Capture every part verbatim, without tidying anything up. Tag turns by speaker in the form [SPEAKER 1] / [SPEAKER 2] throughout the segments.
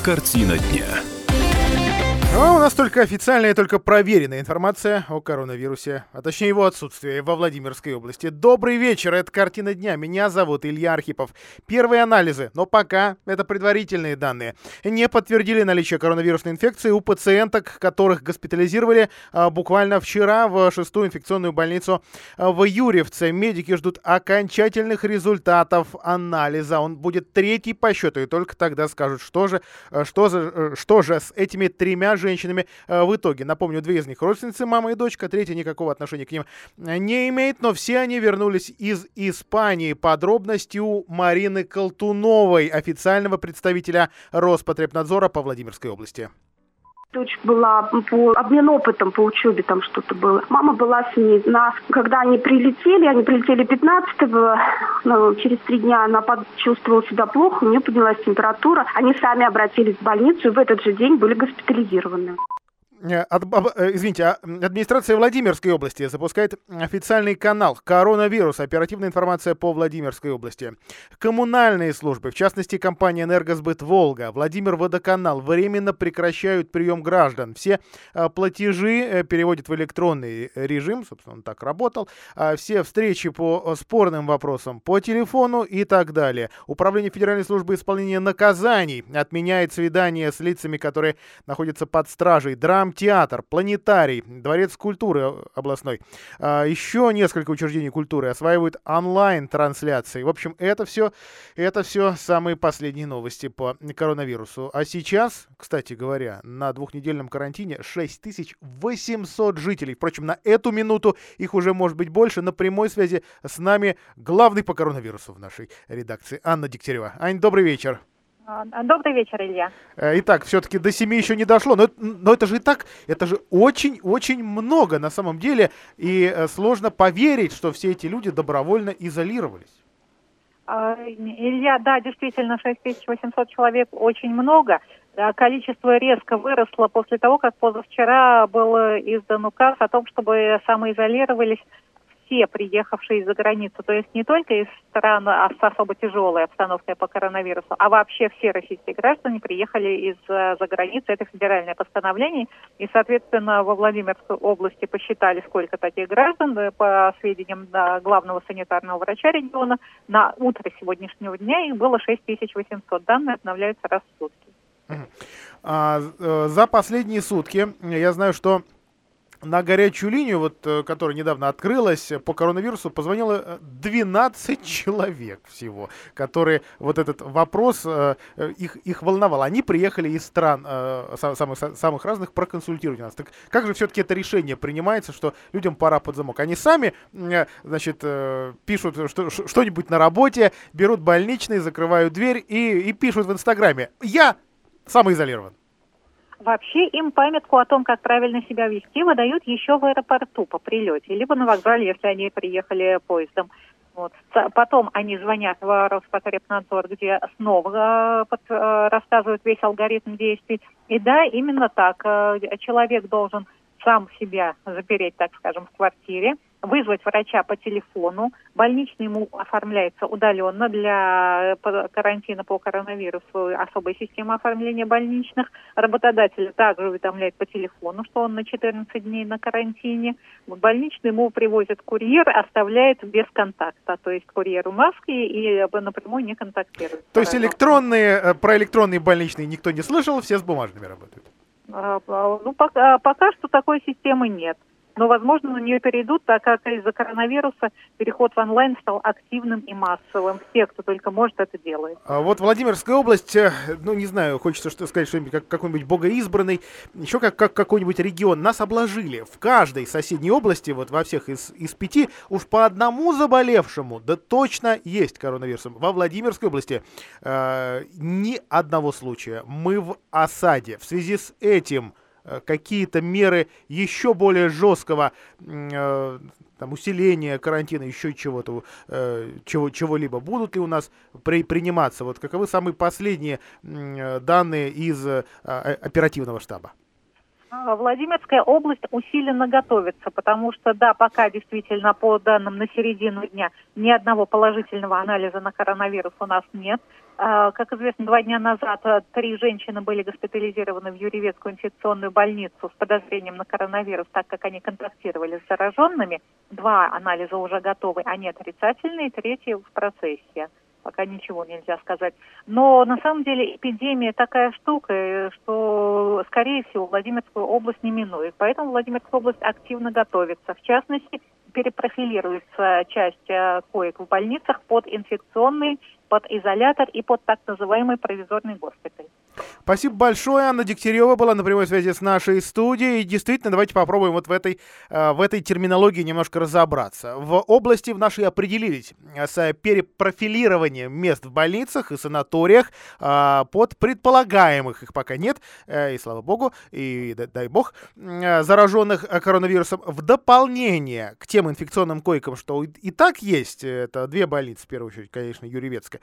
[SPEAKER 1] Картина дня.
[SPEAKER 2] А у нас только официальная и только проверенная информация о коронавирусе, а точнее его отсутствии во Владимирской области. Добрый вечер, это «Картина дня». Меня зовут Илья Архипов. Первые анализы, но пока это предварительные данные, не подтвердили наличие коронавирусной инфекции у пациенток, которых госпитализировали а, буквально вчера в шестую инфекционную больницу а, в Юрьевце. Медики ждут окончательных результатов анализа. Он будет третий по счету, и только тогда скажут, что же, что же, что же с этими тремя женщинами э, в итоге. Напомню, две из них родственницы, мама и дочка, третья никакого отношения к ним не имеет, но все они вернулись из Испании. Подробности у Марины Колтуновой, официального представителя Роспотребнадзора по Владимирской области.
[SPEAKER 3] Дочь была по обмен опытом, по учебе там что-то было. Мама была с ней. На, когда они прилетели, они прилетели пятнадцатого, ну, через три дня она почувствовала себя плохо, у нее поднялась температура. Они сами обратились в больницу и в этот же день были госпитализированы.
[SPEAKER 2] От, извините, администрация Владимирской области запускает официальный канал «Коронавирус». Оперативная информация по Владимирской области. Коммунальные службы, в частности, компания «Энергосбыт Волга», Владимир-Водоканал, временно прекращают прием граждан. Все платежи переводят в электронный режим, собственно, он так работал. Все встречи по спорным вопросам по телефону и так далее. Управление Федеральной службы исполнения наказаний отменяет свидания с лицами, которые находятся под стражей. Драм театр, планетарий, дворец культуры областной, а, еще несколько учреждений культуры осваивают онлайн-трансляции. В общем, это все, это все самые последние новости по коронавирусу. А сейчас, кстати говоря, на двухнедельном карантине шесть тысяч восемьсот жителей. Впрочем, на эту минуту их уже может быть больше. На прямой связи с нами главный по коронавирусу в нашей редакции Анна Дегтярева. Ань, добрый вечер.
[SPEAKER 4] Добрый вечер, Илья.
[SPEAKER 2] Итак, все-таки до семи еще не дошло, но, но это же и так, это же очень-очень много на самом деле, и сложно поверить, что все эти люди добровольно изолировались.
[SPEAKER 4] Илья, да, действительно, шесть тысяч восемьсот человек очень много. Количество резко выросло после того, как позавчера был издан указ о том, чтобы самоизолировались все приехавшие из-за границы, то есть не только из стран с особо тяжелой обстановкой по коронавирусу, а вообще все российские граждане приехали из-за границы. Это федеральное постановление. И, соответственно, во Владимирской области посчитали, сколько таких граждан. По сведениям главного санитарного врача региона, на утро сегодняшнего дня их было шесть тысяч восемьсот. Данные обновляются раз в сутки.
[SPEAKER 2] А, за последние сутки я знаю, что на горячую линию, вот, которая недавно открылась по коронавирусу, позвонило двенадцать человек всего, которые вот этот вопрос их, их волновал. Они приехали из стран самых, самых разных проконсультировать нас. Так как же все-таки это решение принимается, что людям пора под замок? Они сами, значит, пишут что, что-нибудь на работе, берут больничный, закрывают дверь и, и пишут в Инстаграме: «Я самоизолирован».
[SPEAKER 4] Вообще им памятку о том, как правильно себя вести, выдают еще в аэропорту по прилете, либо на вокзале, если они приехали поездом. Вот. Потом они звонят в Роспотребнадзор, где снова под, рассказывают весь алгоритм действий. И да, именно так. Человек должен сам себя запереть, так скажем, в квартире, вызвать врача по телефону. Больничный ему оформляется удаленно для карантина по коронавирусу, особая система оформления больничных. Работодатель также уведомляет по телефону, что он на четырнадцать дней на карантине. Больничный ему привозит курьер, оставляет без контакта. То есть курьер в маске и напрямую не контактирует.
[SPEAKER 2] То есть электронные, про электронные больничные никто не слышал, все с бумажными работают?
[SPEAKER 4] Ну, пока, пока что такой системы нет. Но, возможно, на нее перейдут, так как из-за коронавируса переход в онлайн стал активным и массовым. Все, кто только может, это делает.
[SPEAKER 2] А вот Владимирская область, ну, не знаю, хочется что сказать, что-нибудь как какой-нибудь богоизбранный, еще как, как какой-нибудь регион. Нас обложили в каждой соседней области, вот во всех из, из пяти, уж по одному заболевшему, да точно есть коронавирусом. Во Владимирской области э, ни одного случая. Мы в осаде. В связи с этим какие-то меры еще более жесткого э, там, усиления карантина, еще чего-то, э, чего, чего-либо будут ли у нас при, приниматься? Вот каковы самые последние э, данные из э, оперативного штаба?
[SPEAKER 4] Владимирская область усиленно готовится, потому что, да, пока действительно по данным на середину дня ни одного положительного анализа на коронавирус у нас нет. Как известно, два дня назад три женщины были госпитализированы в Юрьевецкую инфекционную больницу с подозрением на коронавирус, так как они контактировали с зараженными. Два анализа уже готовы, они отрицательные, третий в процессе. Пока ничего нельзя сказать. Но на самом деле эпидемия такая штука, что, скорее всего, Владимирскую область не минует. Поэтому Владимирская область активно готовится. В частности, перепрофилируется часть коек в больницах под инфекционный, под изолятор и под так называемый провизорный госпиталь.
[SPEAKER 2] Спасибо большое. Анна Дегтярева была на прямой связи с нашей студией. И действительно, давайте попробуем вот в этой, в этой терминологии немножко разобраться. В области в нашей определились с перепрофилированием мест в больницах и санаториях под предполагаемых, их пока нет, и слава богу, и дай бог, зараженных коронавирусом. В дополнение к тем инфекционным койкам, что и так есть, это две больницы, в первую очередь, конечно, Юрьевецкая,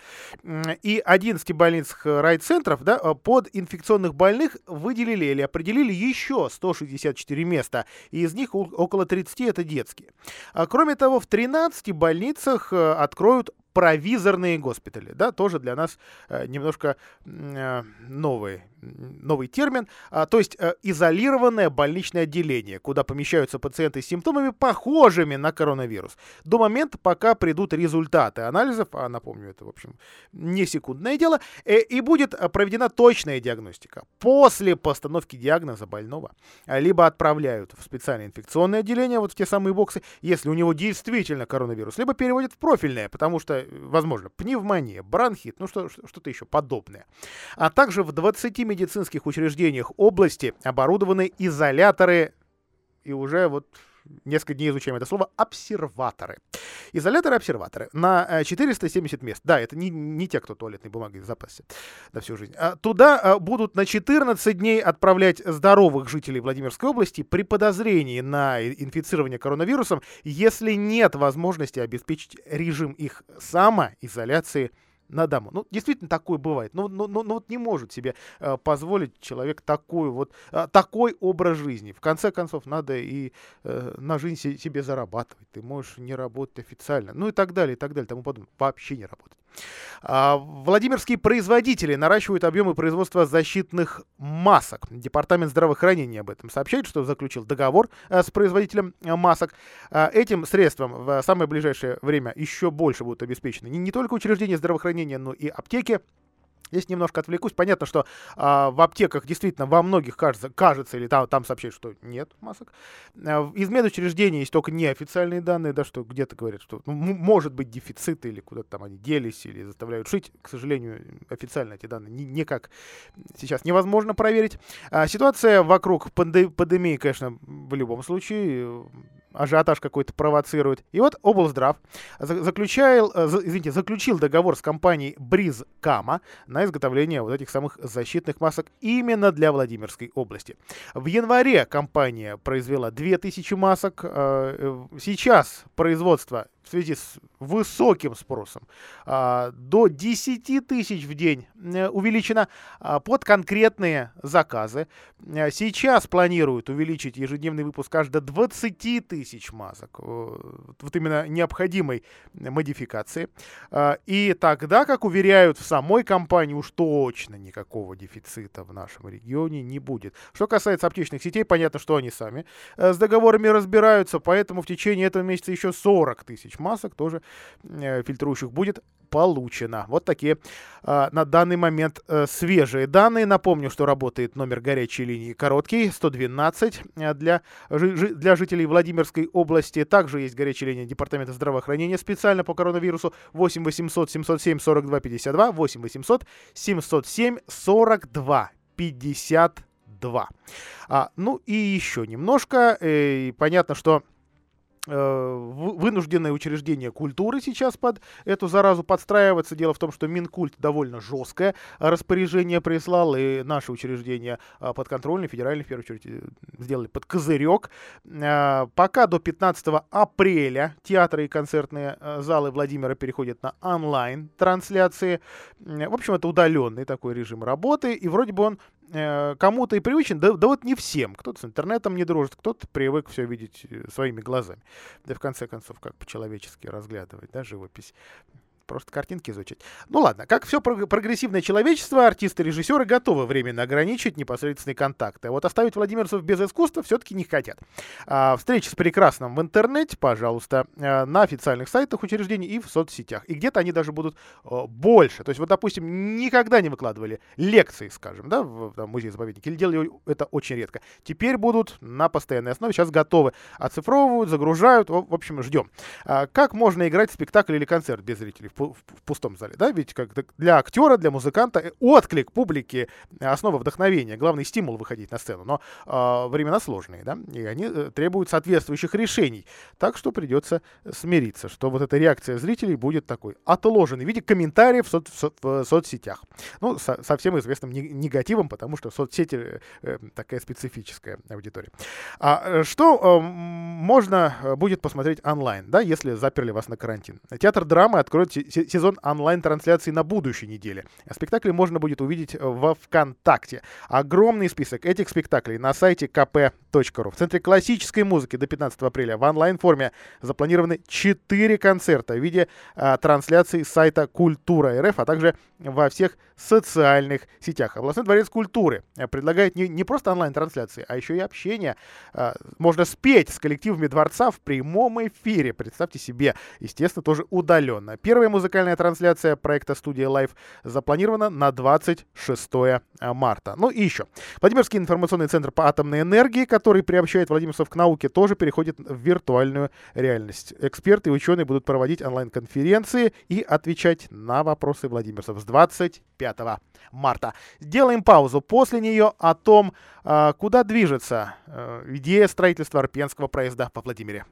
[SPEAKER 2] и одиннадцать больниц райцентров, да, под инфекционных больных выделили или определили еще сто шестьдесят четыре места, и из них около тридцати это детские. А кроме того, в тринадцати больницах откроют провизорные госпитали, да, тоже для нас э, немножко э, новый, новый термин, а, то есть э, изолированное больничное отделение, куда помещаются пациенты с симптомами, похожими на коронавирус, до момента, пока придут результаты анализов, а напомню, это, в общем, не секундное дело, э, и будет проведена точная диагностика. После постановки диагноза больного либо отправляют в специальное инфекционное отделение, вот в те самые боксы, если у него действительно коронавирус, либо переводят в профильное, потому что возможно, пневмония, бронхит, ну что, что-то еще подобное. А также в двадцати медицинских учреждениях области оборудованы изоляторы, и уже вот несколько дней изучаем это слово, обсерваторы. Изоляторы-обсерваторы на четыреста семьдесят мест. Да, это не, не те, кто туалетной бумагой запасся на всю жизнь. А туда а, будут на четырнадцать дней отправлять здоровых жителей Владимирской области при подозрении на инфицирование коронавирусом, если нет возможности обеспечить режим их самоизоляции на дому. Ну, действительно, такое бывает. Ну, ну, ну, ну вот не может себе э, позволить человек такую вот, э, такой образ жизни. В конце концов, надо и э, на жизнь се- себе зарабатывать. Ты можешь не работать официально. Ну и так далее, и так далее, тому подобное. Вообще не работать. А, Владимирские производители наращивают объемы производства защитных масок. Департамент здравоохранения об этом сообщает, что заключил договор а, с производителем а, масок. А, этим средством в самое ближайшее время еще больше будут обеспечены не, не только учреждения здравоохранения, но и аптеки. Здесь немножко отвлекусь. Понятно, что а, в аптеках действительно во многих кажется, кажется или там, там сообщают, что нет масок. А, из медучреждений есть только неофициальные данные, да, что где-то говорят, что ну, м- может быть дефицит, или куда-то там они делись, или заставляют шить. К сожалению, официально эти данные ни- никак сейчас невозможно проверить. А, ситуация вокруг панде- пандемии, конечно, в любом случае ажиотаж какой-то провоцирует. И вот облздрав заключил, извините, заключил договор с компанией Бризкама на изготовление вот этих самых защитных масок именно для Владимирской области. В январе компания произвела две тысячи масок. Сейчас производство в связи с высоким спросом до десяти тысяч в день увеличено под конкретные заказы. Сейчас планируют увеличить ежедневный выпуск аж до двадцати тысяч масок. Вот именно необходимой модификации. И тогда, как уверяют в самой компании, уж точно никакого дефицита в нашем регионе не будет. Что касается аптечных сетей, понятно, что они сами с договорами разбираются, поэтому в течение этого месяца еще сорок тысяч масок тоже э, фильтрующих будет получено. Вот такие э, на данный момент э, свежие данные. Напомню, что работает номер горячей линии короткий сто двенадцать э, для, жи, для жителей Владимирской области. Также есть горячая линия Департамента здравоохранения специально по коронавирусу восемь восемьсот семьсот семь сорок два пятьдесят два, восемь восемьсот семьсот семь сорок два пятьдесят два. А, ну и еще немножко. Э, понятно, что вынужденное учреждение культуры сейчас под эту заразу подстраиваться. Дело в том, что Минкульт довольно жесткое распоряжение прислал, и наши учреждения подконтрольные, федеральные, в первую очередь, сделали под козырек. Пока до пятнадцатого апреля театры и концертные залы Владимира переходят на онлайн-трансляции. В общем, это удаленный такой режим работы, и вроде бы он э, кому-то и привычен, да, да вот не всем. Кто-то с интернетом не дружит, кто-то привык все видеть своими глазами. Да в конце концов, как по-человечески разглядывать, да, живопись. Просто картинки изучить. Ну ладно, как все прогрессивное человечество, артисты-режиссеры готовы временно ограничить непосредственные контакты. А вот оставить владимирцев без искусства все-таки не хотят. А, встречи с прекрасным в интернете, пожалуйста, на официальных сайтах учреждений и в соцсетях. И где-то они даже будут о, больше. То есть вот, допустим, никогда не выкладывали лекции, скажем, да, в, в музее-заповеднике, или делали это очень редко. Теперь будут на постоянной основе, сейчас готовы. Оцифровывают, загружают, в, в общем, ждем. А, как можно играть в спектакль или концерт без зрителей в пустом зале, да, ведь как для актера, для музыканта отклик публики — основа вдохновения, главный стимул выходить на сцену, но э, времена сложные, да, и они э, требуют соответствующих решений, так что придется смириться, что вот эта реакция зрителей будет такой отложенной в виде комментариев в, со- в, со- в соцсетях, ну, со, со всем известным негативом, потому что соцсети э, такая специфическая аудитория. А что э, можно будет посмотреть онлайн, да, если заперли вас на карантин? Театр драмы откроет сезон онлайн-трансляции на будущей неделе. Спектакли можно будет увидеть во ВКонтакте. Огромный список этих спектаклей на сайте ка пэ точка ру. В Центре классической музыки до пятнадцатого апреля в онлайн-форме запланированы четыре концерта в виде а, трансляции с сайта Культура точка эр эф, а также во всех социальных сетях. Областной дворец культуры предлагает не, не просто онлайн-трансляции, а еще и общение. А, можно спеть с коллективами дворца в прямом эфире. Представьте себе, естественно, тоже удаленно. Первая музыкальная трансляция проекта «Студия Лайв» запланирована на двадцать шестое марта. Ну и еще. Владимирский информационный центр по атомной энергии, который приобщает владимирцев к науке, тоже переходит в виртуальную реальность. Эксперты и ученые будут проводить онлайн-конференции и отвечать на вопросы владимирцев с двадцать пятого марта. Делаем паузу. После нее о том, куда движется идея строительства Арпенского проезда во Владимире.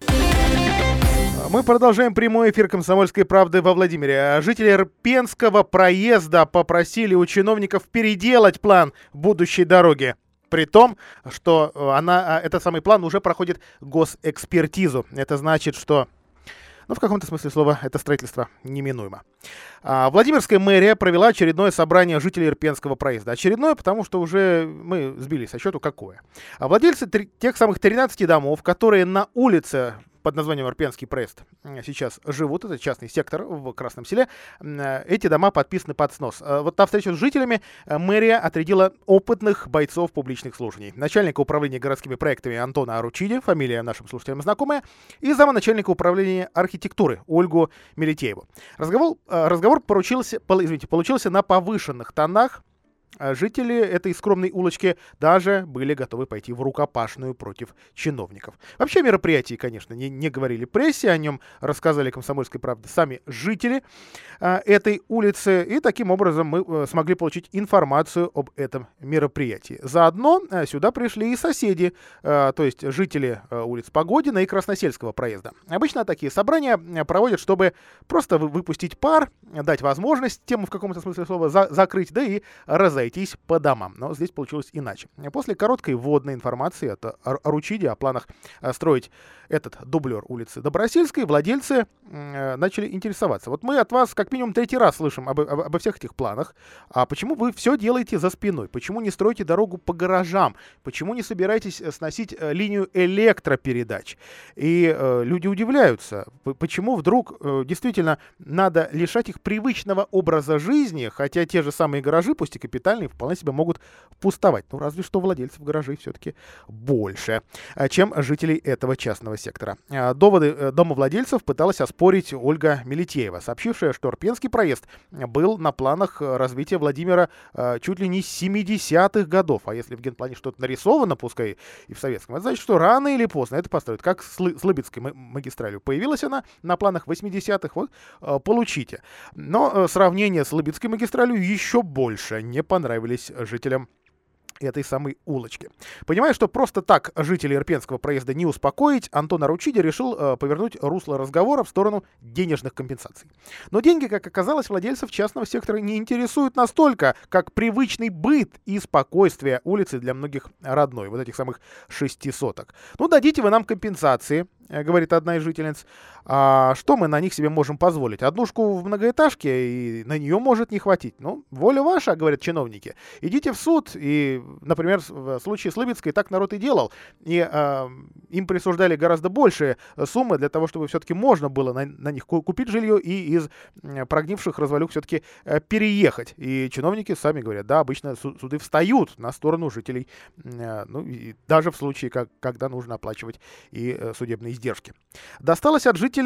[SPEAKER 2] Мы продолжаем прямой эфир «Комсомольской правды» во Владимире. Жители Арпенского проезда попросили у чиновников переделать план будущей дороги. При том, что она, этот самый план уже проходит госэкспертизу. Это значит, что, ну, в каком-то смысле слова, это строительство неминуемо. А, Владимирская мэрия провела очередное собрание жителей Арпенского проезда. Очередное, потому что уже мы сбились со счету какое. А владельцы три, тех самых тринадцати домов, которые на улице под названием Арпенский проезд сейчас живут, это частный сектор в Красном Селе, эти дома подписаны под снос. Вот на встречу с жителями мэрия отрядила опытных бойцов публичных служб. Начальника управления городскими проектами Антона Аручиди, фамилия нашим слушателям знакомая, и замначальника управления архитектуры Ольгу Мелитееву. Разговор, разговор поручился, извините, получился на повышенных тонах. Жители этой скромной улочки даже были готовы пойти в рукопашную против чиновников. Вообще о мероприятии, конечно, не, не говорили прессе, о нем рассказали «Комсомольской правде» сами жители а, этой улицы, и таким образом мы а, смогли получить информацию об этом мероприятии. Заодно а, сюда пришли и соседи, а, то есть жители а, улиц Погодина и Красносельского проезда. Обычно такие собрания проводят, чтобы просто выпустить пар, дать возможность тему в каком-то смысле слова за, закрыть, да и разойтись по домам. Но здесь получилось иначе. После короткой вводной информации от Аручиди о планах строить этот дублер улицы Добросельской, владельцы э, начали интересоваться. Вот мы от вас как минимум третий раз слышим об, об, обо всех этих планах. А почему вы все делаете за спиной? Почему не строите дорогу по гаражам? Почему не собираетесь сносить э, линию электропередач? И э, люди удивляются. Почему вдруг э, действительно надо лишать их привычного образа жизни, хотя те же самые гаражи, пусть и капитальные, вполне себе могут пустовать. Ну, разве что владельцев гаражей все-таки больше, чем жителей этого частного сектора. Доводы домовладельцев пыталась оспорить Ольга Мелитеева, сообщившая, что Арпенский проезд был на планах развития Владимира чуть ли не с семидесятых годов. А если в генплане что-то нарисовано, пускай и в советском, это значит, что рано или поздно это построят. Как с Лыбецкой магистралью. Появилась она на планах восьмидесятых, вот, получите. Но сравнение с Лыбецкой магистралью еще больше не понравились жителям этой самой улочки. Понимая, что просто так жителей Арпенского проезда не успокоить, Антон Аручиди решил э, повернуть русло разговора в сторону денежных компенсаций. Но деньги, как оказалось, владельцев частного сектора не интересуют настолько, как привычный быт и спокойствие улицы для многих родной, вот этих самых шести соток. Ну, дадите вы нам компенсации, говорит одна из жительниц. А что мы на них себе можем позволить? Однушку в многоэтажке, и на нее может не хватить. Ну, воля ваша, говорят чиновники. Идите в суд. И, например, в случае с Лыбецкой так народ и делал. И э, им присуждали гораздо большие суммы для того, чтобы все-таки можно было на, на них купить жилье и из прогнивших развалюх все-таки э, переехать. И чиновники сами говорят, да, обычно суды встают на сторону жителей. Э, ну, и даже в случае, как, когда нужно оплачивать и э, судебные издержки. Досталось от жителей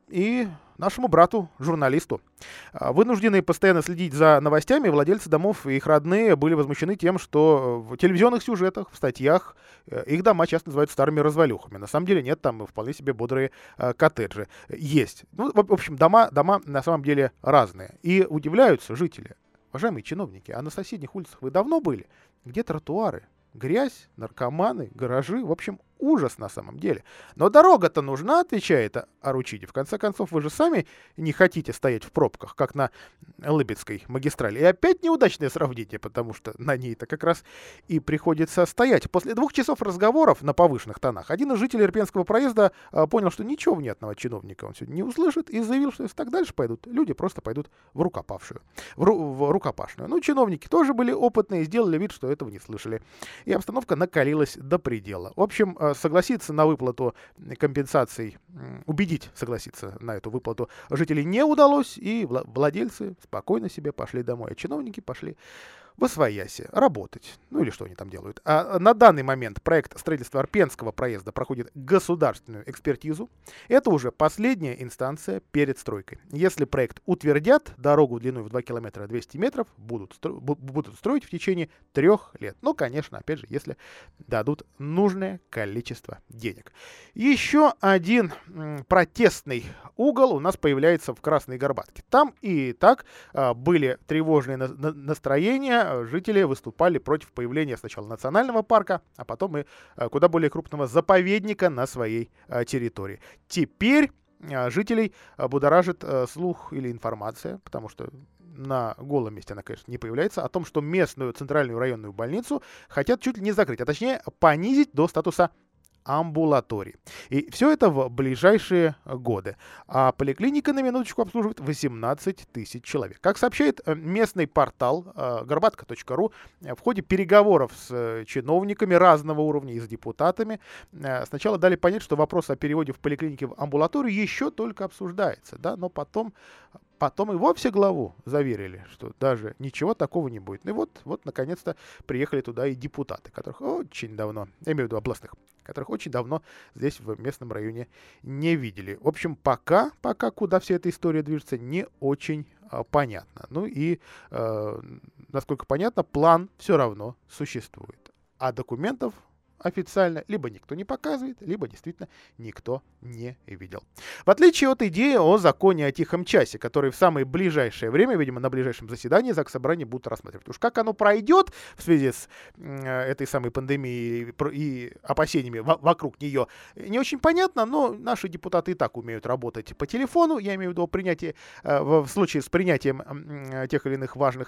[SPEAKER 2] и нашему брату, журналисту. Вынужденные постоянно следить за новостями, владельцы домов и их родные были возмущены тем, что в телевизионных сюжетах, в статьях их дома часто называют старыми развалюхами. На самом деле нет, там вполне себе бодрые коттеджи есть. Ну, в общем, дома, дома на самом деле разные. И удивляются жители. Уважаемые чиновники, а на соседних улицах вы давно были? Где тротуары? Грязь, наркоманы, гаражи. В общем, ужас на самом деле. Но дорога-то нужна, отвечает Аручиди. В конце концов, вы же сами не хотите стоять в пробках, как на Лыбецкой магистрали. И опять неудачное сравнение, потому что на ней-то как раз и приходится стоять. После двух часов разговоров на повышенных тонах один из жителей Ирпенского проезда а, понял, что ничего внятного от чиновника он сегодня не услышит, и заявил, что если так дальше пойдут, люди просто пойдут в рукопашную. В, ру- в рукопашную. Ну, чиновники тоже были опытные, сделали вид, что этого не слышали. И обстановка накалилась до предела. В общем, согласиться на выплату компенсаций, убедить согласиться на эту выплату жителей не удалось, и владельцы спокойно себе пошли домой, а чиновники пошли восвояси, работать. Ну или что они там делают. А на данный момент проект строительства Арпенского проезда проходит государственную экспертизу. Это уже последняя инстанция перед стройкой. Если проект утвердят, дорогу длиной в два километра двести метров будут, стро- будут строить в течение трех лет. Ну, конечно, опять же, если дадут нужное количество денег. Еще один м, протестный угол у нас появляется в Красной Горбатке. Там и так а, были тревожные на- на- настроения. Жители выступали против появления сначала национального парка, а потом и а, куда более крупного заповедника на своей а, территории. Теперь а, жителей а, будоражит а, слух или информация, потому что на голом месте она, конечно, не появляется, о том, что местную центральную районную больницу хотят чуть ли не закрыть, а точнее понизить до статуса амбулаторий. И все это в ближайшие годы. А поликлиника, на минуточку, обслуживает восемнадцать тысяч человек. Как сообщает местный портал горбатка точка ру, в ходе переговоров с чиновниками разного уровня и с депутатами сначала дали понять, что вопрос о переводе в поликлинике в амбулаторию еще только обсуждается, да, но потом Потом и вовсе главу заверили, что даже ничего такого не будет. И вот, вот наконец-то приехали туда и депутаты, которых очень давно, я имею в виду областных, которых очень давно здесь в местном районе не видели. В общем, пока, пока куда вся эта история движется, не очень а, понятно. Ну и, э, насколько понятно, план все равно существует. А документов официально либо никто не показывает, либо действительно никто не видел. В отличие от идеи о законе о тихом часе, который в самое ближайшее время, видимо, на ближайшем заседании Заксобрания будут рассматривать. Уж как оно пройдет в связи с э, этой самой пандемией и, и опасениями в, вокруг нее, не очень понятно, но наши депутаты и так умеют работать по телефону, я имею в виду принятие, э, в случае с принятием э, тех или иных важных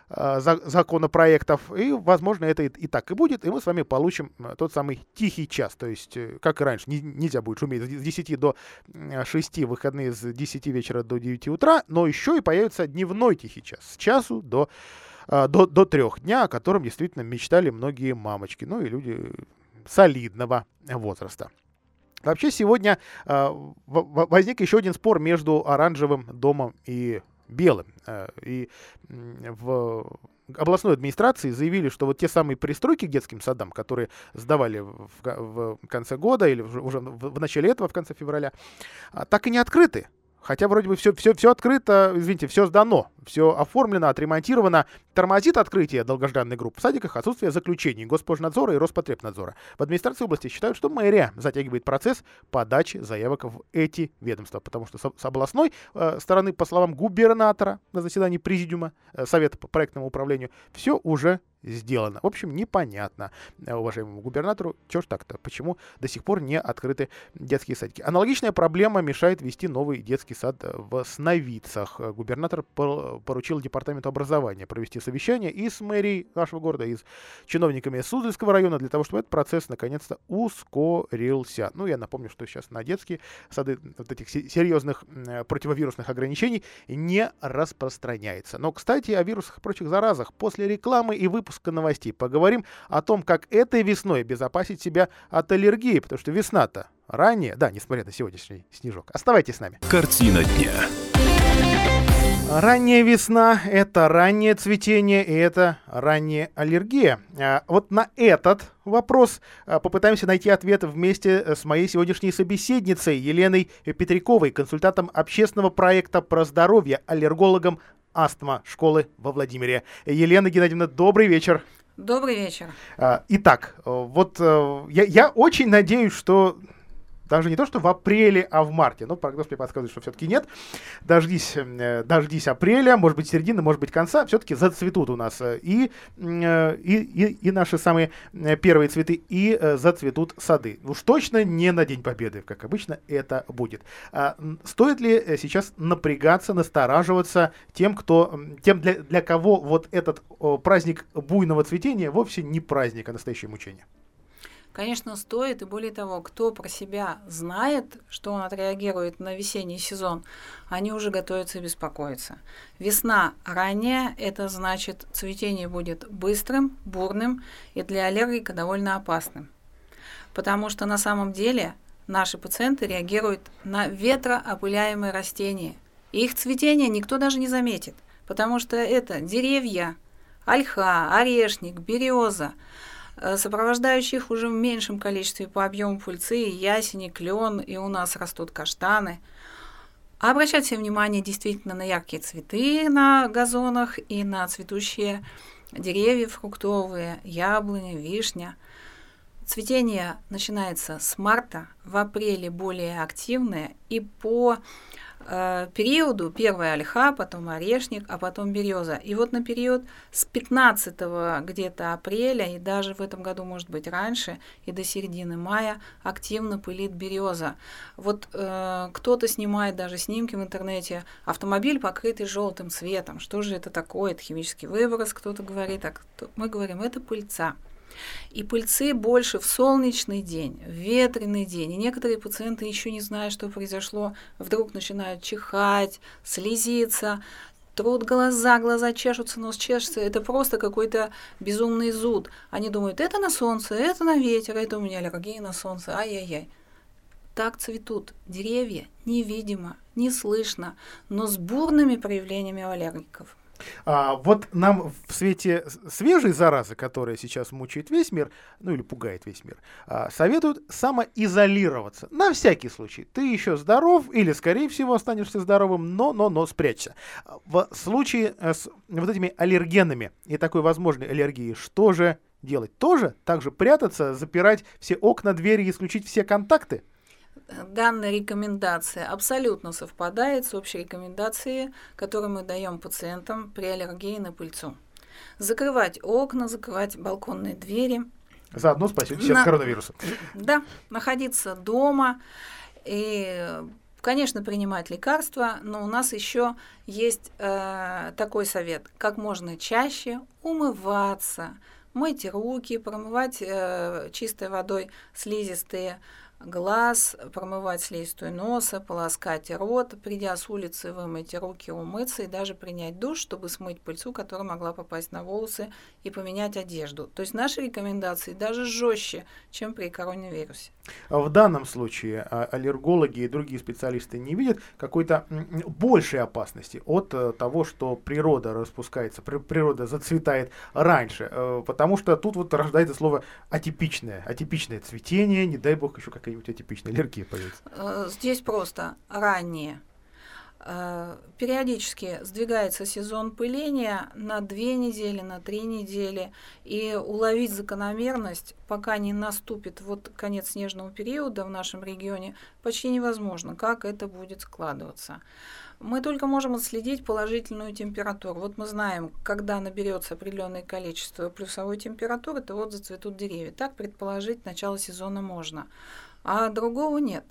[SPEAKER 2] законопроектов, и, возможно, это и, и так и будет, и мы с вами получим тот самый тихий час, то есть, как и раньше, не, нельзя будет шуметь с десяти до шести, выходные с десяти вечера до девяти утра, но еще и появится дневной тихий час, с часу до, до, до трех дня, о котором действительно мечтали многие мамочки, ну и люди солидного возраста. Вообще, сегодня э, возник еще один спор между Оранжевым домом и Белым. И в областной администрации заявили, что вот те самые пристройки к детским садам, которые сдавали в, в конце года или уже в начале этого, в конце февраля, так и не открыты. Хотя вроде бы все, все, все открыто, извините, все сдано, все оформлено, отремонтировано. Тормозит открытие долгожданной группы в садиках отсутствие заключений Госпожнадзора и Роспотребнадзора. В администрации области считают, что мэрия затягивает процесс подачи заявок в эти ведомства, потому что с областной э, стороны, по словам губернатора на заседании президиума э, Совета по проектному управлению, все уже сделано. В общем, непонятно уважаемому губернатору, что ж так-то, почему до сих пор не открыты детские садики. Аналогичная проблема мешает вести новый детский сад в Сновицах. Губернатор поручил департаменту образования провести совещание и с мэрией нашего города, и с чиновниками Суздальского района для того, чтобы этот процесс наконец-то ускорился. Ну, я напомню, что сейчас на детские сады вот этих серьезных противовирусных ограничений не распространяется. Но, кстати, о вирусах и прочих заразах после рекламы и выпуска новостей поговорим о том, как этой весной обезопасить себя от аллергии, потому что весна-то ранее, да, несмотря на сегодняшний снежок. Оставайтесь с нами.
[SPEAKER 1] Картина дня.
[SPEAKER 2] Ранняя весна – это раннее цветение, и это ранняя аллергия. А вот на этот вопрос попытаемся найти ответ вместе с моей сегодняшней собеседницей Еленой Петряковой, консультантом общественного проекта про здоровье, аллергологом астма школы во Владимире. Елена Геннадьевна, добрый вечер.
[SPEAKER 5] Добрый вечер.
[SPEAKER 2] Итак, вот я, я очень надеюсь, что даже не то, что в апреле, а в марте. Но прогноз мне подсказывает, что все-таки нет. Дождись, дождись апреля, может быть середины, может быть конца. Все-таки зацветут у нас и, и, и, и наши самые первые цветы, и зацветут сады. Уж точно не на День Победы, как обычно это будет. Стоит ли сейчас напрягаться, настораживаться тем, кто, тем для, для кого вот этот праздник буйного цветения вовсе не праздник, а настоящее мучение?
[SPEAKER 5] Конечно, стоит, и более того, кто про себя знает, что он отреагирует на весенний сезон, они уже готовятся и беспокоятся. Весна ранняя, это значит, цветение будет быстрым, бурным и для аллергика довольно опасным. Потому что на самом деле наши пациенты реагируют на ветроопыляемые растения. И их цветение никто даже не заметит, потому что это деревья, ольха, орешник, береза, сопровождающих уже в меньшем количестве по объему пыльцы, ясени, клен, и у нас растут каштаны. А обращать все внимание действительно на яркие цветы на газонах и на цветущие деревья фруктовые, яблони, вишня. Цветение начинается с марта, в апреле более активное, и по э, периоду первая ольха, потом орешник, а потом береза. И вот на период с пятнадцатого где-то апреля, и даже в этом году, может быть, раньше, и до середины мая активно пылит береза. Вот э, кто-то снимает даже снимки в интернете, автомобиль, покрытый желтым цветом. Что же это такое? Это химический выброс, кто-то говорит, а кто... мы говорим, это пыльца. И пыльцы больше в солнечный день, в ветреный день. И некоторые пациенты еще не знают, что произошло, вдруг начинают чихать, слезиться, трут глаза, глаза чешутся, нос чешется. Это просто какой-то безумный зуд. Они думают, это на солнце, это на ветер, это у меня аллергия на солнце, ай-яй-яй. Так цветут деревья невидимо, не слышно, но с бурными проявлениями у аллергиков.
[SPEAKER 2] А, вот нам в свете свежей заразы, которая сейчас мучает весь мир, ну или пугает весь мир, а, советуют самоизолироваться. На всякий случай. Ты еще здоров или, скорее всего, останешься здоровым, но, но, но спрячься. В случае с вот этими аллергенами и такой возможной аллергией, что же делать? Тоже так же прятаться, запирать все окна, двери и исключить все контакты?
[SPEAKER 5] Данная рекомендация абсолютно совпадает с общей рекомендацией, которую мы даем пациентам при аллергии на пыльцу. Закрывать окна, закрывать балконные двери.
[SPEAKER 2] Заодно спасете себя
[SPEAKER 5] на...
[SPEAKER 2] от коронавируса.
[SPEAKER 5] Да, находиться дома и, конечно, принимать лекарства, но у нас еще есть э, такой совет, как можно чаще умываться, мыть руки, промывать э, чистой водой слизистые глаз, промывать слизистую носа, полоскать рот, придя с улицы, вымыть руки, умыться и даже принять душ, чтобы смыть пыльцу, которая могла попасть на волосы, и поменять одежду. То есть наши рекомендации даже жестче, чем при коронавирусе.
[SPEAKER 2] В данном случае аллергологи и другие специалисты не видят какой-то большей опасности от того, что природа распускается, природа зацветает раньше, потому что тут вот рождается слово атипичное, атипичное цветение, не дай бог еще какая-нибудь атипичная аллергия появится.
[SPEAKER 5] Здесь просто раннее. Периодически сдвигается сезон пыления на две недели, на три недели, и уловить закономерность, пока не наступит вот конец снежного периода в нашем регионе, почти невозможно, как это будет складываться. Мы только можем отследить положительную температуру. Вот мы знаем, когда наберется определенное количество плюсовой температуры, то вот зацветут деревья. Так предположить начало сезона можно, а другого нет.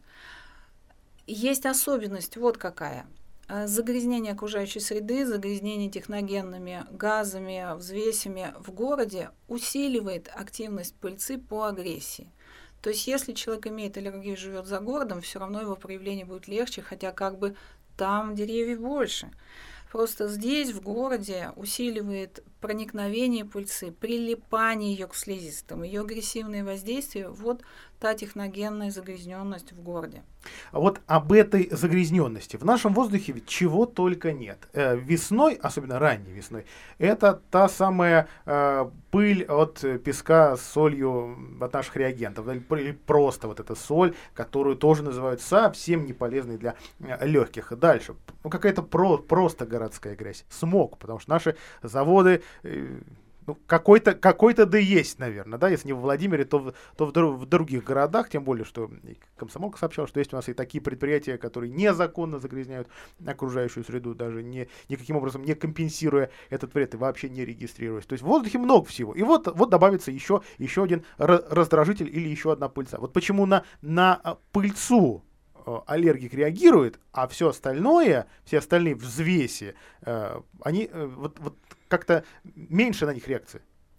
[SPEAKER 5] Есть особенность вот какая. Загрязнение окружающей среды, загрязнение техногенными газами, взвесями в городе усиливает активность пыльцы по агрессии. То есть если человек имеет аллергию и живет за городом, все равно его проявление будет легче, хотя как бы там деревьев больше. Просто здесь, в городе, усиливает проникновение пыльцы, прилипание ее к слизистым, ее агрессивное воздействие, вот та техногенная загрязненность в городе.
[SPEAKER 2] А вот об этой загрязненности. В нашем воздухе ведь чего только нет. Э, весной, особенно ранней весной, это та самая э, пыль от песка с солью от наших реагентов. Или просто вот эта соль, которую тоже называют совсем не полезной для э, легких. Дальше. Ну, какая-то про, просто городская грязь. Смог, потому что наши заводы... Э, Ну, какой-то, какой-то да есть, наверное, да, если не в Владимире, то, в, то в, в других городах, тем более, что комсомолка сообщала, что есть у нас и такие предприятия, которые незаконно загрязняют окружающую среду, даже не, никаким образом не компенсируя этот вред и вообще не регистрируясь. То есть в воздухе много всего. И вот, вот добавится еще, еще один раздражитель или еще одна пыльца. Вот почему на, на пыльцу аллергик реагирует, а все остальное, все остальные взвеси, они вот, вот как-то меньше на них реакции.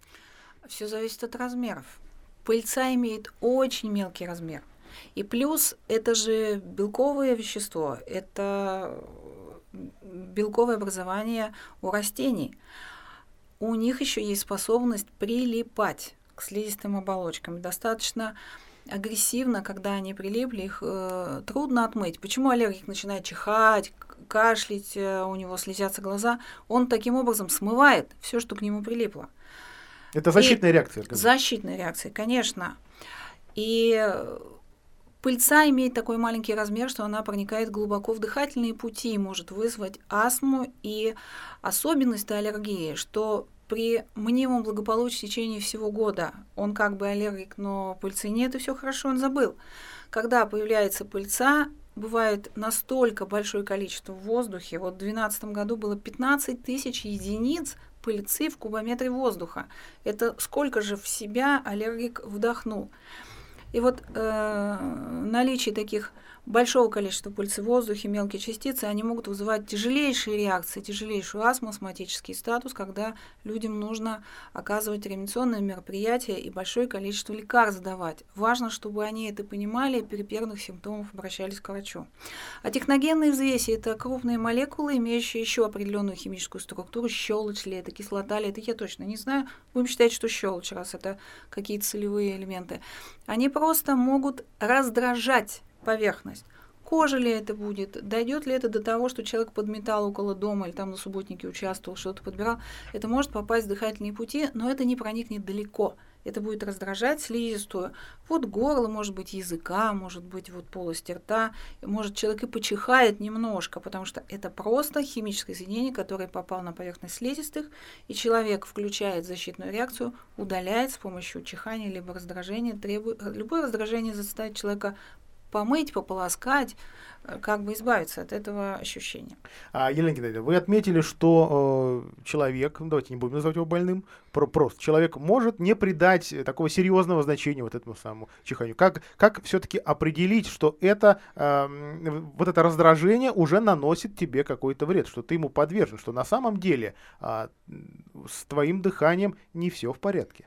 [SPEAKER 5] Все зависит от размеров. Пыльца имеет очень мелкий размер. И плюс это же белковое вещество, это белковое образование у растений. У них еще есть способность прилипать к слизистым оболочкам. Достаточно агрессивно, когда они прилипли, их э, трудно отмыть. Почему аллергик начинает чихать, кашлять, э, у него слезятся глаза? Он таким образом смывает все, что к нему прилипло.
[SPEAKER 2] Это защитная И реакция.
[SPEAKER 5] Защитная реакция, конечно. И пыльца имеет такой маленький размер, что она проникает глубоко в дыхательные пути, может вызвать астму. И особенность аллергии, что при мнимом благополучии в течение всего года он как бы аллергик, но пыльцы нет, и все хорошо, он забыл. Когда появляется пыльца, бывает настолько большое количество в воздухе. Вот в две тысячи двенадцатом году было пятнадцать тысяч единиц пыльцы в кубометре воздуха. Это сколько же в себя аллергик вдохнул. И вот э, наличие таких большого количества пыльцы в воздухе, мелкие частицы, они могут вызывать тяжелейшие реакции, тяжелейшую астму, астматический статус, когда людям нужно оказывать реанимационные мероприятия и большое количество лекарств давать. Важно, чтобы они это понимали и при первых симптомах обращались к врачу. А техногенные взвеси – это крупные молекулы, имеющие еще определенную химическую структуру. Щелочь ли это, кислота ли это, я точно не знаю. Будем считать, что щелочь, раз это какие-то солевые элементы. Они просто могут раздражать поверхность. Кожа ли это будет, дойдет ли это до того, что человек подметал около дома или там на субботнике участвовал, что-то подбирал, это может попасть в дыхательные пути, но это не проникнет далеко. Это будет раздражать слизистую. Вот горло, может быть, языка, может быть, вот полость рта. Может, человек и почихает немножко, потому что это просто химическое соединение, которое попало на поверхность слизистых, и человек включает защитную реакцию, удаляет с помощью чихания либо раздражения, требует, любое раздражение заставит человека помыть, пополоскать, как бы избавиться от этого ощущения.
[SPEAKER 2] А, Елена Геннадьевна, вы отметили, что э, человек, давайте не будем называть его больным, про, просто человек может не придать такого серьезного значения вот этому самому чиханию. Как, как все-таки определить, что это, э, вот это раздражение уже наносит тебе какой-то вред, что ты ему подвержен, что на самом деле э, с твоим дыханием не все в порядке?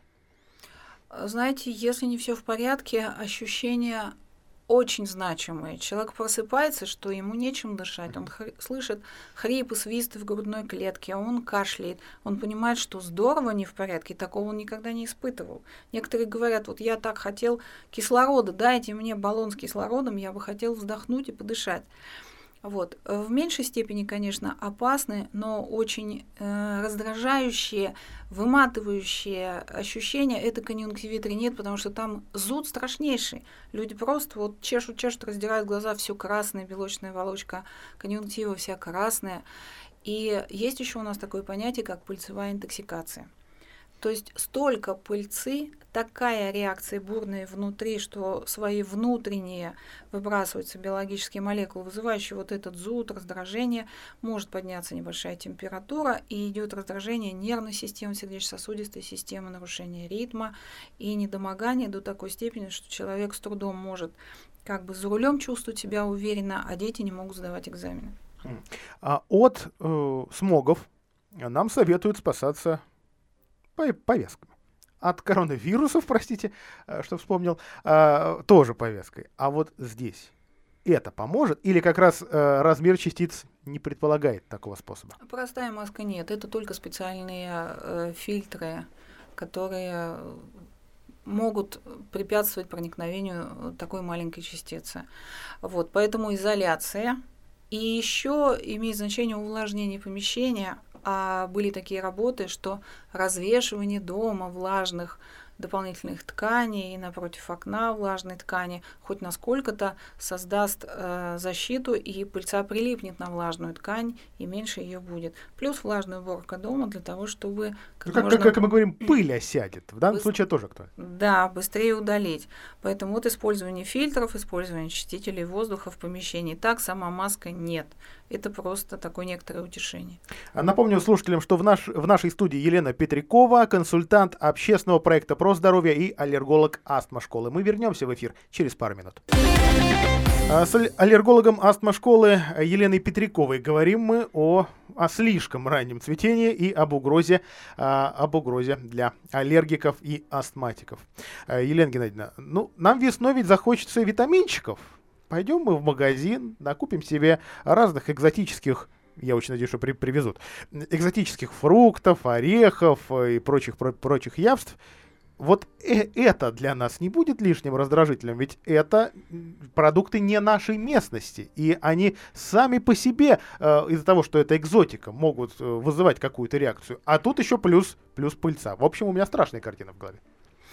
[SPEAKER 5] Знаете, если не все в порядке, ощущения очень значимые. Человек просыпается, что ему нечем дышать, он хри- слышит хрипы, свисты в грудной клетке, он кашляет, он понимает, что здорово не в порядке, такого он никогда не испытывал. Некоторые говорят, вот я так хотел кислорода, дайте мне баллон с кислородом, я бы хотел вздохнуть и подышать. Вот. В меньшей степени, конечно, опасны, но очень э, раздражающие, выматывающие ощущения — это конъюнктивит ринит, потому что там зуд страшнейший. Люди просто вот чешут, чешут, раздирают глаза, все красное, белочная оболочка конъюнктива вся красная. И есть еще у нас такое понятие, как пыльцевая интоксикация. То есть столько пыльцы, такая реакция бурная внутри, что свои внутренние выбрасываются биологические молекулы, вызывающие вот этот зуд, раздражение, может подняться небольшая температура, и идет раздражение нервной системы, сердечно-сосудистой системы, нарушение ритма и недомогание до такой степени, что человек с трудом может как бы за рулем чувствовать себя уверенно, а дети не могут сдавать экзамены.
[SPEAKER 2] А от э, смогов нам советуют спасаться повязками. От коронавирусов, простите, что вспомнил, тоже повязкой. А вот здесь это поможет? Или как раз размер частиц не предполагает такого способа?
[SPEAKER 5] Простая маска нет. Это только специальные фильтры, которые могут препятствовать проникновению такой маленькой частицы. Вот, поэтому изоляция. И еще имеет значение увлажнение помещения. А были такие работы, что развешивание дома влажных дополнительных тканей и напротив окна влажной ткани хоть насколько-то создаст э, защиту, и пыльца прилипнет на влажную ткань, и меньше ее будет. Плюс влажная уборка дома для того, чтобы...
[SPEAKER 2] Как, ну, как, можно... как, как мы говорим, пыль осядет. В данном Быс... случае тоже кто?
[SPEAKER 5] Да, быстрее удалить. Поэтому вот использование фильтров, использование очистителей воздуха в помещении. Так сама маска нет. Это просто такое некоторое утешение.
[SPEAKER 2] Напомню слушателям, что в, наш, в нашей студии Елена Петрякова, консультант общественного проекта «Про здоровье» и аллерголог астма-школы. Мы вернемся в эфир через пару минут. С аллергологом астма-школы Еленой Петряковой говорим мы о, о слишком раннем цветении и об угрозе, об угрозе для аллергиков и астматиков. Елена Геннадьевна, ну, нам весной ведь захочется витаминчиков. Пойдем мы в магазин, накупим себе разных экзотических, я очень надеюсь, что при, привезут, экзотических фруктов, орехов и прочих, про, прочих явств. Вот э- это для нас не будет лишним раздражителем, ведь это продукты не нашей местности, и они сами по себе, э, из-за того, что это экзотика, могут э, вызывать какую-то реакцию. А тут еще плюс, плюс пыльца. В общем, у меня страшная картина в голове.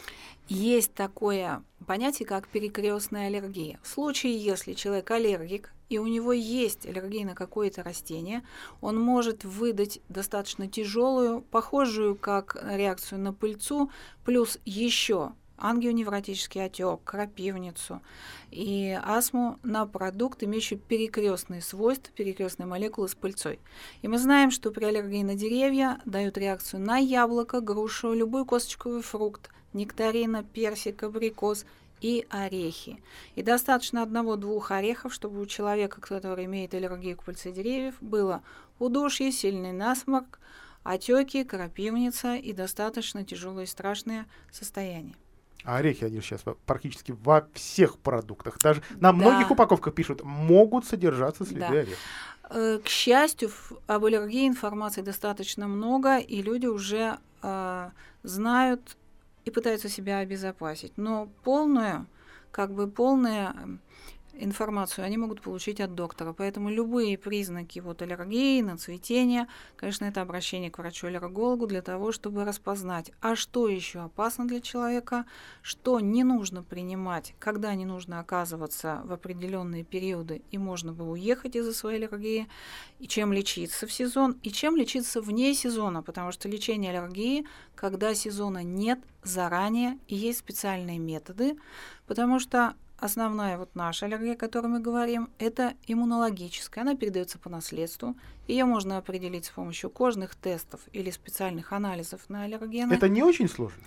[SPEAKER 5] Есть такое понятие, как перекрестная аллергия. В случае, если человек аллергик, и у него есть аллергия на какое-то растение, он может выдать достаточно тяжелую, похожую как реакцию на пыльцу, плюс еще ангионевротический отек, крапивницу и астму на продукт, имеющий перекрестные свойства, перекрестные молекулы с пыльцой. И мы знаем, что при аллергии на деревья дают реакцию на яблоко, грушу, любой косточковый фрукт, нектарина, персик, абрикос и орехи. И достаточно одного-двух орехов, чтобы у человека, который имеет аллергию к пыльце деревьев, было удушье, сильный насморк, отеки, крапивница и достаточно тяжелое и страшное состояние.
[SPEAKER 2] А орехи, они сейчас практически во всех продуктах, даже на да. многих упаковках пишут, могут содержаться следы да. орехов.
[SPEAKER 5] К счастью, об аллергии информации достаточно много, и люди уже э, знают и пытаются себя обезопасить. Но полную, как бы полную информацию они могут получить от доктора. Поэтому любые признаки вот, аллергии на цветение, конечно, это обращение к врачу-аллергологу для того, чтобы распознать, а что еще опасно для человека, что не нужно принимать, когда не нужно оказываться в определенные периоды, и можно бы уехать из-за своей аллергии, и чем лечиться в сезон, и чем лечиться вне сезона, потому что лечение аллергии, когда сезона нет, заранее, и есть специальные методы, потому что основная вот наша аллергия, о которой мы говорим, это иммунологическая. Она передается по наследству. Ее можно определить с помощью кожных тестов или специальных анализов на аллергены.
[SPEAKER 2] Это не очень сложно?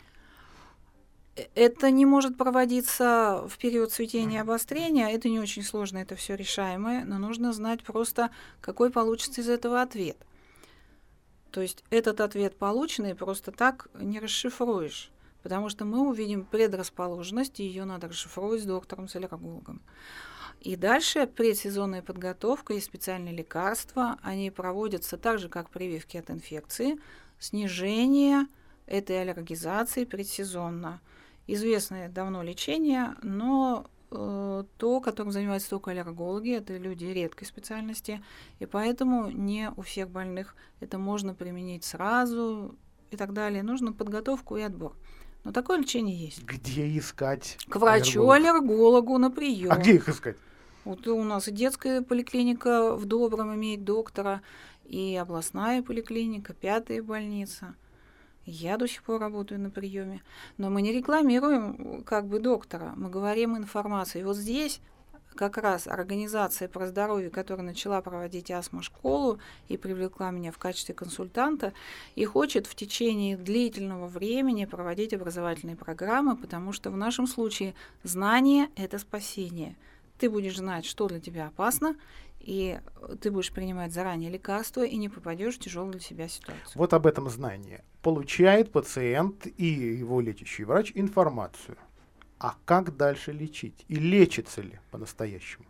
[SPEAKER 5] Это не может проводиться в период цветения и обострения. Это не очень сложно, это все решаемое. Но нужно знать просто, какой получится из этого ответ. То есть этот ответ полученный просто так не расшифруешь. Потому что мы увидим предрасположенность, и ее надо расшифровывать с доктором, с аллергологом. И дальше предсезонная подготовка и специальные лекарства, они проводятся так же, как прививки от инфекции, снижение этой аллергизации предсезонно. Известное давно лечение, но э, то, которым занимаются только аллергологи, это люди редкой специальности, и поэтому не у всех больных это можно применить сразу и так далее. Нужно подготовку и отбор. Но такое лечение есть.
[SPEAKER 2] Где искать?
[SPEAKER 5] К врачу-аллергологу на прием.
[SPEAKER 2] А где их искать?
[SPEAKER 5] Вот у нас и детская поликлиника в Добром имеет доктора, и областная поликлиника, пятая больница. Я до сих пор работаю на приеме. Но мы не рекламируем как бы доктора, мы говорим информацию. И вот здесь как раз организация про здоровье, которая начала проводить астмо-школу и привлекла меня в качестве консультанта, и хочет в течение длительного времени проводить образовательные программы, потому что в нашем случае знание – это спасение. Ты будешь знать, что для тебя опасно, и ты будешь принимать заранее лекарства и не попадешь в тяжелую для себя ситуацию.
[SPEAKER 2] Вот об этом знании получает пациент и его лечащий врач информацию. А как дальше лечить? И лечится ли по-настоящему?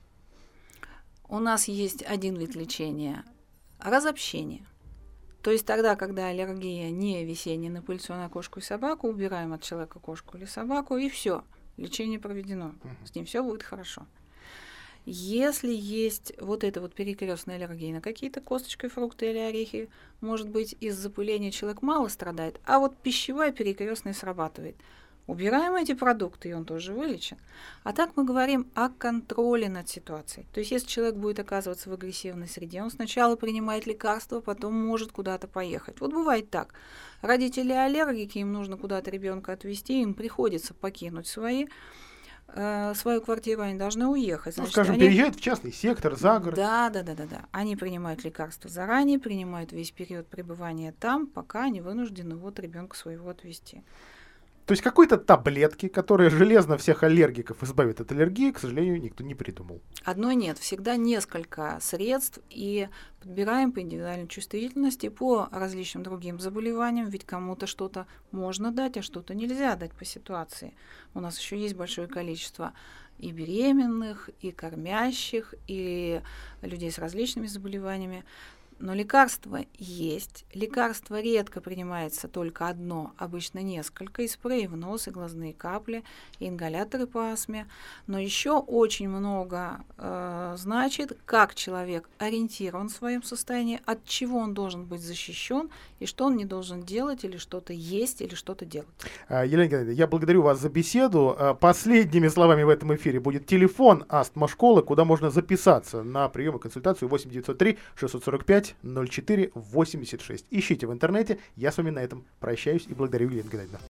[SPEAKER 5] У нас есть один вид лечения – разобщение. То есть тогда, когда аллергия не весенняя на пыльцу, на кошку и собаку, убираем от человека кошку или собаку, и все, лечение проведено. Угу. С ним все будет хорошо. Если есть вот эта вот перекрестная аллергия на какие-то косточки, фрукты или орехи, может быть, из запыления человек мало страдает, а вот пищевая перекрестная срабатывает. Убираем эти продукты, и он тоже вылечен. А так мы говорим о контроле над ситуацией. То есть если человек будет оказываться в агрессивной среде, он сначала принимает лекарства, потом может куда-то поехать. Вот бывает так. Родители аллергики, им нужно куда-то ребенка отвезти, им приходится покинуть свои, э, свою квартиру, они должны уехать.
[SPEAKER 2] Ну,
[SPEAKER 5] Значит,
[SPEAKER 2] скажем,
[SPEAKER 5] они...
[SPEAKER 2] переезжают в частный сектор, за город.
[SPEAKER 5] Да, да, да, да, да. Они принимают лекарства заранее, принимают весь период пребывания там, пока они вынуждены вот ребенка своего отвезти.
[SPEAKER 2] То есть какой-то таблетки, которые железно всех аллергиков избавят от аллергии, к сожалению, никто не придумал.
[SPEAKER 5] Одной нет, всегда несколько средств, и подбираем по индивидуальной чувствительности, по различным другим заболеваниям, ведь кому-то что-то можно дать, а что-то нельзя дать по ситуации. У нас еще есть большое количество и беременных, и кормящих, и людей с различными заболеваниями. Но лекарства есть. Лекарство редко принимается только одно, обычно несколько, и спреи в нос, и глазные капли, и ингаляторы по астме. Но еще очень много э, значит, как человек ориентирован в своем состоянии, от чего он должен быть защищен, и что он не должен делать, или что-то есть, или что-то делать.
[SPEAKER 2] Елена Геннадьевна, я благодарю вас за беседу. Последними словами в этом эфире будет телефон астмо-школы, куда можно записаться на прием и консультацию восемь девятьсот три шестьсот сорок пять ноль четыре восемьдесят шесть. Ищите в интернете. Я с вами на этом прощаюсь и благодарю, Елена Геннадьевна.